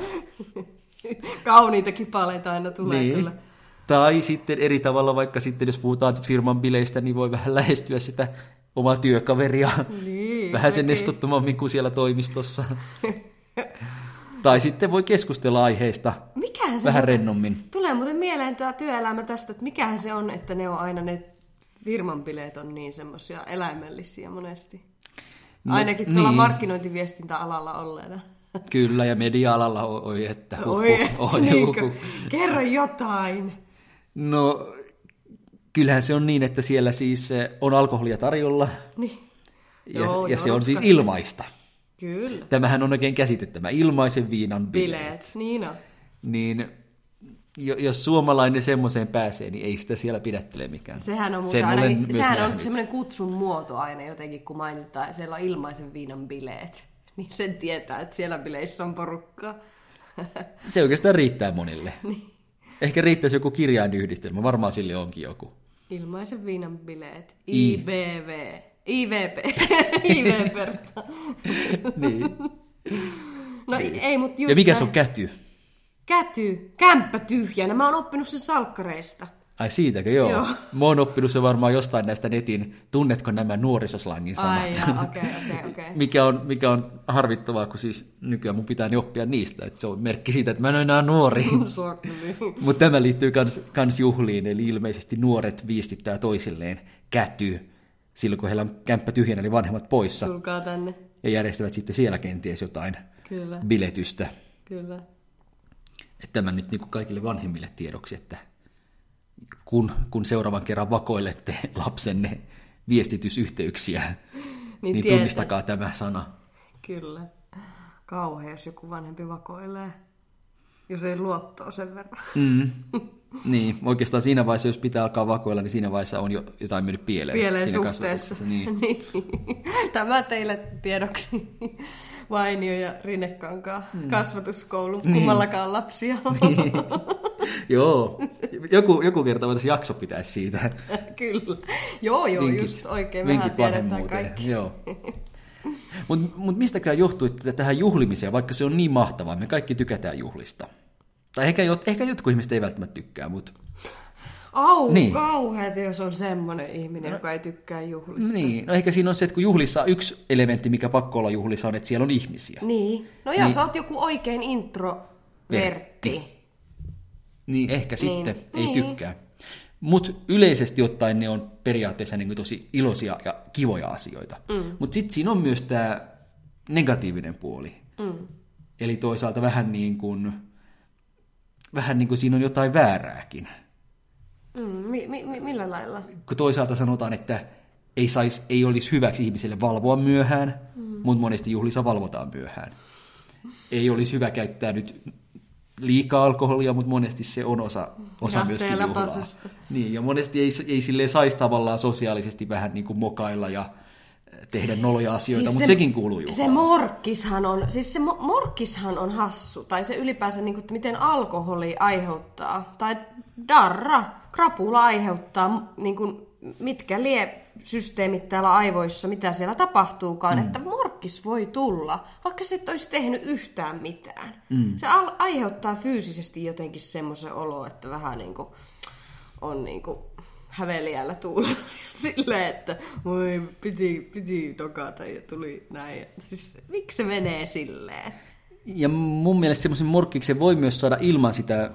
Kauniitakin paleita aina tulee Niin. kyllä. Tai sitten eri tavalla, vaikka sitten jos puhutaan firman bileistä, niin voi vähän lähestyä sitä omaa työkaveria Niin, vähän sen sekin. estottomammin kuin siellä toimistossa. Tai sitten voi keskustella aiheista Mikähän se vähän muuten- rennommin. Tulee muuten mieleen tämä työelämä tästä, että mikähän se on, että ne on aina ne firman bileet on niin semmoisia eläimellisiä monesti. No, Ainakin tuolla niin. markkinointiviestintäalalla olleena. Kyllä, ja media-alalla oi, oi että. Huh, Oi, huh, et, oh, niinkö? huh, huh. Kerro jotain. No, kyllähän se on niin, että siellä siis eh, on alkoholia tarjolla, Niin. ja, Joo, ja joo, se on siis rutkasti. ilmaista. Kyllä. Tämähän on oikein käsite, tämä ilmaisen viinan bileet. Bileet, niin on. Niin jo- jos suomalainen semmoiseen pääsee, niin ei sitä siellä pidättele mikään. Sehän on, Sen muuten aina, olen myös sehän on nähnyt. semmoinen kutsun muoto aina jotenkin, kun mainitaan, siellä on ilmaisen viinan bileet. Niin sen tietää, että siellä bileissä on porukkaa. Se oikeastaan riittää monille. Niin. Ehkä riittäisi joku kirjainyhdistelmä, varmaan sille onkin joku. Ilmaisen viinan bileet. I. I B V. I V P. I V Pertta. Niin. No ei, mutta just Ja mikä näin. se on käty? Käty. Kämppä tyhjänä. Mä oon oppinut sen salkkareista. Ai siitäkö, joo. Joo. Mä oon oppinut se varmaan jostain näistä netin, tunnetko nämä nuorisoslangin sanat? Ai jaa, okei, okei, okei. mikä, on, mikä on harvittavaa, kun siis nykyään mun pitää ne oppia niistä, että se on merkki siitä, että mä en ole enää nuori. Mutta tämä liittyy kans, kans juhliin, eli ilmeisesti nuoret viestittää toisilleen käty, silloin kun heillä on kämppä tyhjänä, eli vanhemmat poissa, Tulkaa tänne. ja järjestävät sitten siellä kenties jotain Kyllä, biletystä. kyllä. Että tämä nyt niin kuin kaikille vanhemmille tiedoksi, että kun, kun seuraavan kerran vakoilette lapsenne viestitysyhteyksiä, niin, niin tietää. tunnistakaa tämä sana. Kyllä. Kauhea, jos joku vanhempi vakoilee. Jos ei luottoa sen verran. Mm. Niin, oikeastaan siinä vaiheessa, jos pitää alkaa vakoilla, niin siinä vaiheessa on jo jotain mennyt pieleen. Pieleen siinä suhteessa. kasvatuksessa, Niin. Niin. Tämä teille tiedoksi. Vainio ja Rinnekankaan mm. kasvatuskoulu. Niin. Kummallakaan lapsia. Niin. Joo, joku, joku kerta voitaisiin jakso pitää siitä. Kyllä. Joo, joo, Vinkit. just oikein. Mehän Vinkit tiedetään vanhemmuuteen. kaikki. Joo. Mutta mut mistäkään johtuu, että tähän juhlimiseen, vaikka se on niin mahtavaa, me kaikki tykätään juhlista. Tai ehkä, jot, ehkä jotkut ihmiset ei välttämättä tykkää, mutta... Au, Niin. niin. kauheat, jos on semmoinen ihminen, joka ei tykkää juhlista. Niin, no ehkä siinä on se, että kun juhlissa yksi elementti, mikä pakko olla juhlissa, on, että siellä on ihmisiä. Niin. No jos Niin. sä oot joku oikein introvertti. Niin ehkä sitten Niin. ei Niin. tykkää. Mutta yleisesti ottaen ne on periaatteessa niin kuin tosi iloisia ja kivoja asioita. Mm. Mutta sitten siinä on myös tämä negatiivinen puoli. Mm. Eli toisaalta vähän niin kuin, vähän niin kuin siinä on jotain väärääkin. Mm. Mi- mi- millä lailla? Kun toisaalta sanotaan, että ei, sais, ei olisi hyväksi ihmiselle valvoa myöhään, mm. mutta monesti juhlissa valvotaan myöhään. Ei olisi hyvä käyttää nyt liikaa alkoholia, mutta monesti se on osa, osa Jahteen myöskin juhlaa. läpäisestä. Niin, ja monesti ei, ei silleen saisi tavallaan sosiaalisesti vähän niin kuin mokailla ja tehdä noloja asioita, siis mutta se, sekin kuuluu juhlaan. Se morkkishan on, siis se mo- morkkishan on hassu, tai se ylipäänsä, niin kuin, että miten alkoholi aiheuttaa, tai darra, krapula aiheuttaa, niin kuin, mitkä lie systeemit täällä aivoissa, mitä siellä tapahtuukaan, mm. että morkkis voi tulla, vaikka se et olisi tehnyt yhtään mitään. Mm. Se al- aiheuttaa fyysisesti jotenkin semmoisen olo, että vähän niin kuin on niin kuin häveliällä tuulella silleen, että voi, piti, piti dokata ja tuli näin. Siis miksi se menee silleen? Ja mun mielestä semmoisen morkkiksen voi myös saada ilman sitä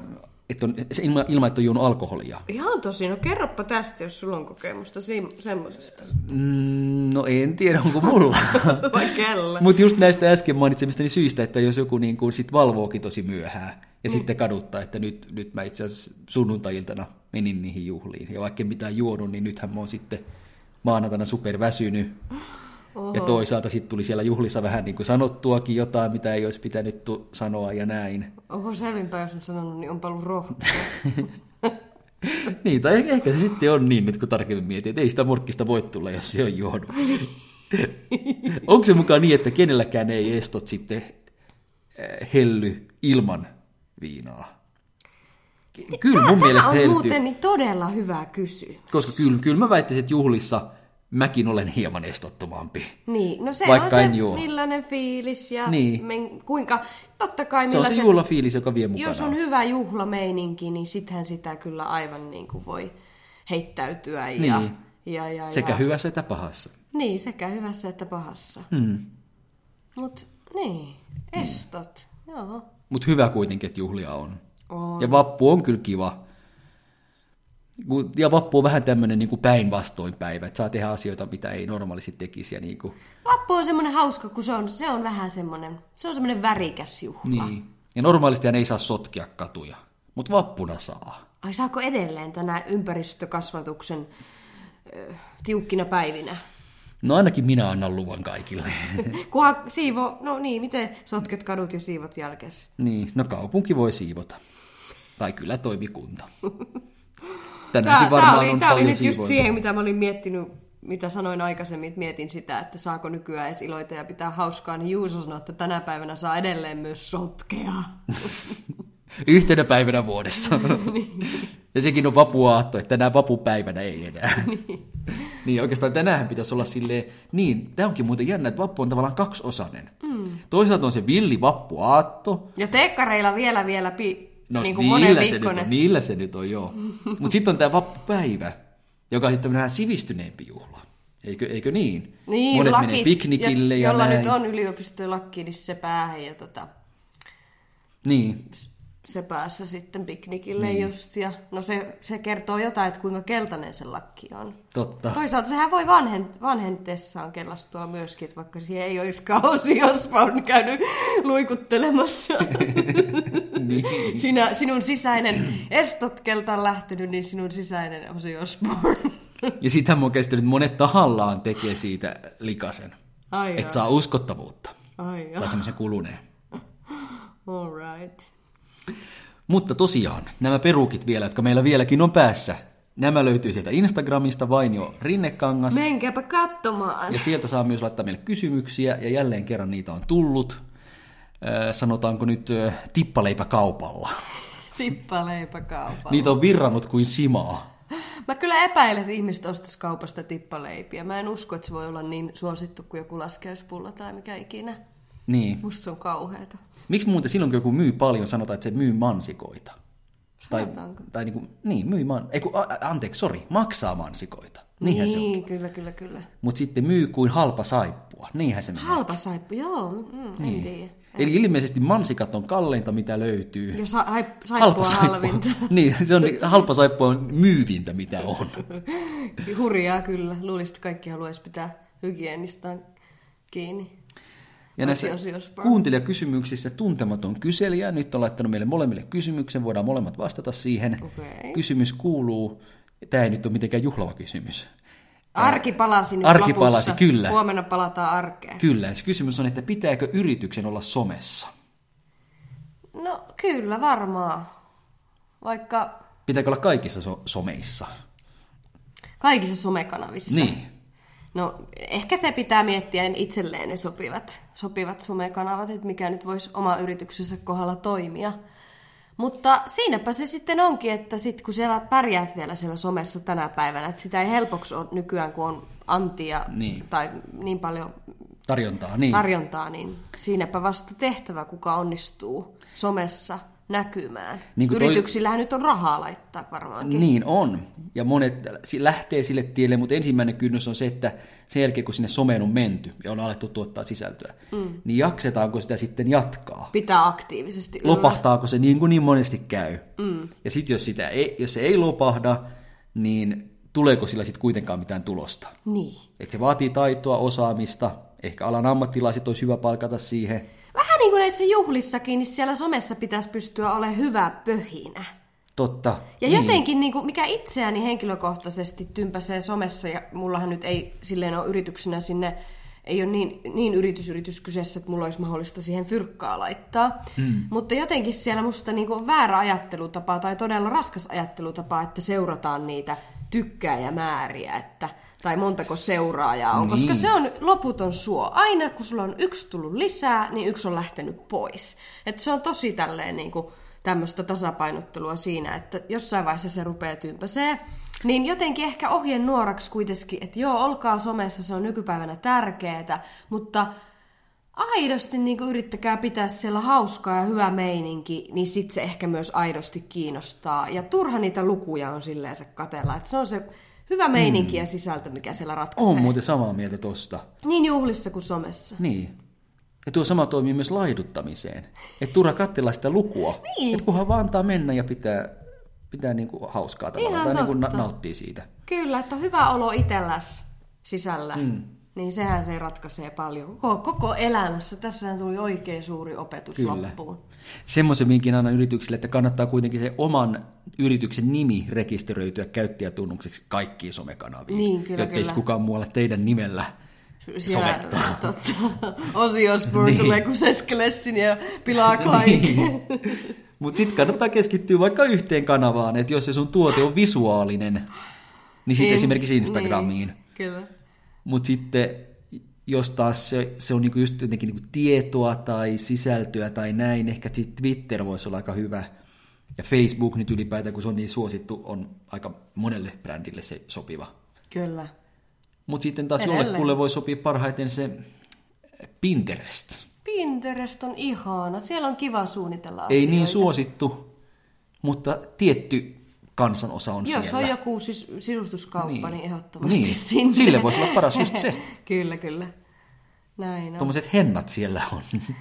että on, ilman, ilma, että on juonut alkoholia. Ihan tosi. No kerropa tästä, jos sulla on kokemusta semmoisesta. Mm, no en tiedä, onko mulla. Vai kellä? Mutta just näistä äsken mainitsemistani syistä, että jos joku niin kuin sit valvookin tosi myöhään ja mm. sitten kaduttaa, että nyt, nyt mä itse asiassa sunnuntai-iltana menin niihin juhliin. Ja vaikka en mitään juonut, niin nythän mä oon sitten maanantaina superväsynyt. Oho. Ja toisaalta sitten tuli siellä juhlissa vähän niin kuin sanottuakin jotain, mitä ei olisi pitänyt tu- sanoa ja näin. Oho, selvinpäin jos on sanonut, niin onpa ollut rohkea. Niin, tai ehkä se sitten on niin, nyt kun tarkemmin mietin, että ei sitä morkkista voi tulla, jos se on juonut. Onko se mukaan niin, että kenelläkään ei estot sitten helly ilman viinaa? Kyllä mun Tämä mielestä on heltyy. muuten todella hyvä kysyä. Koska kyllä, kyllä mä väittäisin, että juhlissa mäkin olen hieman estottomampi. Niin, no se Vaikka on en se, juo. millainen fiilis ja Niin. men, kuinka, totta kai Se on se millaiset, juhlafiilis, joka vie mukana. jos on hyvä juhlameininki, niin sittenhän sitä kyllä aivan niin kuin voi heittäytyä. Ja, Niin. ja, ja, Sekä ja. hyvässä että pahassa. Niin, sekä hyvässä että pahassa. Hmm. Mut niin, estot, hmm. joo. Mutta hyvä kuitenkin, että juhlia on. On. Ja vappu on kyllä kiva. Ja vappu on vähän tämmöinen niin päinvastoin päivä, että saa tehdä asioita, mitä ei normaalisti tekisi. Ja niin kuin... Vappu on semmoinen hauska, kun se on, se on vähän semmoinen, se on semmoinen värikäs juhla. Niin. Ja normaalistihan ei saa sotkea katuja, mutta vappuna saa. Ai saako edelleen tänä ympäristökasvatuksen ö, tiukkina päivinä? No ainakin minä annan luvan kaikille. Kunhan siivo, no niin, miten sotket kadut ja siivot jälkees? Niin, no kaupunki voi siivota. Tai kyllä toimikunta. Tää, Tänäänkin tää varmaan oli, on tää oli paljon nyt just siivointia. siihen, mitä mä olin miettinyt, mitä sanoin aikaisemmin, että mietin sitä, että saako nykyään edes iloita ja pitää hauskaa, niin Juuso sanoi, että tänä päivänä saa edelleen myös sotkea. Yhtenä päivänä vuodessa. Ja sekin on vapuaatto, että tänään vapupäivänä ei enää. Niin. Niin oikeastaan tänään pitäisi olla silleen, niin, tämä onkin muuten jännä, että vappu on tavallaan kaksiosainen. Mm. Toisaalta on se villi vappuaatto. Ja teekkareilla vielä vielä pi, No niin kuin monen niillä, se nyt viikkoinen. on, niillä se nyt on, joo. Mutta sitten on tämä vappupäivä, joka on sitten vähän sivistyneempi juhla. Eikö, eikö niin? Niin, Monet lakit, menee piknikille ja, jolla näin. nyt on yliopistolakki, niin se päähän ja tota, Niin. se päässä sitten piknikille niin. just. Ja, no se, se kertoo jotain, että kuinka keltainen se lakki on. Totta. Toisaalta sehän voi vanhen, vanhentessaan kellastua myöskin, että vaikka siihen ei olisikaan Ozzy Osbourne käynyt luikuttelemassa. Niin. Sinä, sinun sisäinen estot keltaan lähtenyt, niin sinun sisäinen Ozzy Osbourne. Ja sitähän mä oon käsitellyt, että monet tahallaan tekee siitä likasen. Ai Että saa uskottavuutta. Ai Tai semmoisen kuluneen. All right. Mutta tosiaan, nämä perukit vielä, jotka meillä vieläkin on päässä, nämä löytyy sieltä Instagramista, Vainio Rinnekangas. Menkääpä katsomaan. Ja sieltä saa myös laittaa meille kysymyksiä, ja jälleen kerran niitä on tullut. Äh, sanotaanko nyt äh, tippaleipäkaupalla. Tippaleipäkaupalla. Niitä on virrannut kuin simaa. Mä kyllä epäilen, että ihmiset ostaisi kaupasta tippaleipiä. Mä en usko, että se voi olla niin suosittu kuin joku laskeuspulla tai mikä ikinä. Niin. Musta se on kauheata. Miksi muuten silloin, kun joku myy paljon, sanotaan, että se myy mansikoita? Tai, tai niin, kuin, niin, myy man... Eiku, a, anteeksi, sori, maksaa mansikoita. Niinhän niin, se on. kyllä, kyllä, kyllä. Mutta sitten myy kuin halpa saippua. Niinhän se menee. Halpa saippu, joo, mm, niin. en tiedä. Eli ilmeisesti mansikat on kalleinta, mitä löytyy. Ja sa- haip- saippua on halvinta. Niin, se on, halpa saippua on myyvintä, mitä on. Hurjaa kyllä. Luulisin, että kaikki haluaisi pitää hygienistä kiinni. Ja näissä kuuntelijakysymyksissä tuntematon kyselijä nyt on laittanut meille molemmille kysymyksen, voidaan molemmat vastata siihen. Okay. Kysymys kuuluu, tämä ei nyt ole mitenkään juhlava kysymys. Arki palasi nyt Arki lopussa. palasi, kyllä. Huomenna palataan arkeen. Kyllä, se kysymys on, että pitääkö yrityksen olla somessa? No kyllä varmaan, vaikka... Pitääkö olla kaikissa so- someissa? Kaikissa somekanavissa. Niin. No ehkä se pitää miettiä itselleen ne sopivat, sopivat somekanavat, että mikä nyt voisi oma yrityksensä kohdalla toimia. Mutta siinäpä se sitten onkin, että sit kun siellä pärjäät vielä siellä somessa tänä päivänä, että sitä ei helpoksi ole nykyään, kun on antia niin. tai niin paljon tarjontaa, niin. tarjontaa, niin siinäpä vasta tehtävä, kuka onnistuu somessa näkymään. Niin toi... Yrityksillähän nyt on rahaa laittaa varmaankin. Niin on. Ja monet lähtee sille tielle, mutta ensimmäinen kynnys on se, että sen jälkeen kun sinne someen on menty ja on alettu tuottaa sisältöä, mm. niin jaksetaanko sitä sitten jatkaa? Pitää aktiivisesti yllä. Lopahtaako se niin kuin niin monesti käy? Mm. Ja sitten jos, sitä ei, jos se ei lopahda, niin tuleeko sillä sitten kuitenkaan mitään tulosta? Niin. Et se vaatii taitoa, osaamista, ehkä alan ammattilaiset olisi hyvä palkata siihen. Vähän niin kuin näissä juhlissakin, niin siellä somessa pitäisi pystyä olemaan hyvä pöhinä. Totta. Ja niin. jotenkin, niin kuin, mikä itseäni henkilökohtaisesti tympäsee somessa, ja mullahan nyt ei silleen ole yrityksenä sinne, ei ole niin, niin yritysyritys kyseessä, että mulla olisi mahdollista siihen fyrkkaa laittaa. Mm. Mutta jotenkin siellä musta niin kuin on väärä ajattelutapa tai todella raskas ajattelutapa, että seurataan niitä tykkääjämääriä, että tai montako seuraajaa on, niin. Koska se on loputon suo. Aina kun sulla on yksi tullut lisää, niin yksi on lähtenyt pois. Että se on tosi tälleen niin kuin tämmöistä tasapainottelua siinä, että jossain vaiheessa se rupeaa tympäsee. Niin jotenkin ehkä ohjenuoraksi kuitenkin, että joo, olkaa somessa, se on nykypäivänä tärkeää, mutta aidosti niin kuin yrittäkää pitää siellä hauskaa ja hyvä meininki, niin sit se ehkä myös aidosti kiinnostaa. Ja turha niitä lukuja on silleen se katella, että se on se hyvä meininki mm. ja sisältö, mikä siellä ratkaisee. On muuten samaa mieltä tosta. Niin juhlissa kuin somessa. Niin. Ja tuo sama toimii myös laiduttamiseen. Että turha katsella sitä lukua. Niin. Että kunhan vaan antaa mennä ja pitää, pitää niinku hauskaa tavallaan. Tai niinku na- nauttii siitä. Kyllä, että on hyvä olo itselläs sisällä. Mm. Niin sehän se ratkaisee paljon. Koko, koko elämässä. Tässähän tuli oikein suuri opetus kyllä. Loppuun. Semmoisen vinkin aina yrityksille, että kannattaa kuitenkin se oman yrityksen nimi rekisteröityä käyttäjätunnukseksi kaikkiin somekanaviin. Niin, kyllä, jotta ei kukaan muualla teidän nimellä somettaa. Totta. Ozzy Osbourne niin. Tulee kuin Seskelessin ja pilaa kaikki. Niin. Mutta sitten kannattaa keskittyä vaikka yhteen kanavaan, että jos se sun tuote on visuaalinen, niin sitten esimerkiksi Instagramiin. Niin, kyllä. Mutta sitten jos taas se, se on niinku just jotenkin niinku tietoa tai sisältöä tai näin, ehkä Twitter voisi olla aika hyvä. Ja Facebook nyt ylipäätään, kun se on niin suosittu, on aika monelle brändille se sopiva. Kyllä. Mutta sitten taas jollekulle voi sopia parhaiten se Pinterest. Pinterest on ihana. Siellä on kiva suunnitella asioita. Ei niin suosittu, mutta tietty kansanosa on Jos siellä. Jos on joku sis- sisustuskauppa, niin, niin ehdottomasti niin. sinne. Sille voisi olla paras just se. Kyllä, kyllä. Näin on. Tuommoiset hennat siellä on.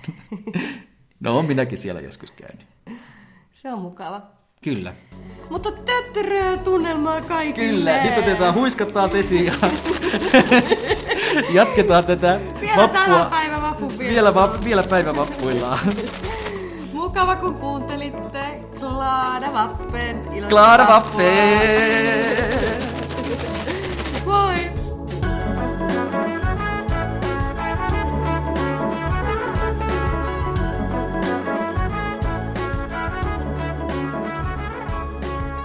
No on minäkin siellä joskus käynyt. Se on mukava. Kyllä. Mutta töttöröä tunnelmaa kaikille. Kyllä, nyt otetaan huiskat taas esiin ja jatketaan tätä vielä vappua. Vielä päivä vappu vielä, va- vielä päivä vappuillaan. Mukava kun kuuntelitte. Glada vappen. Glada vappen.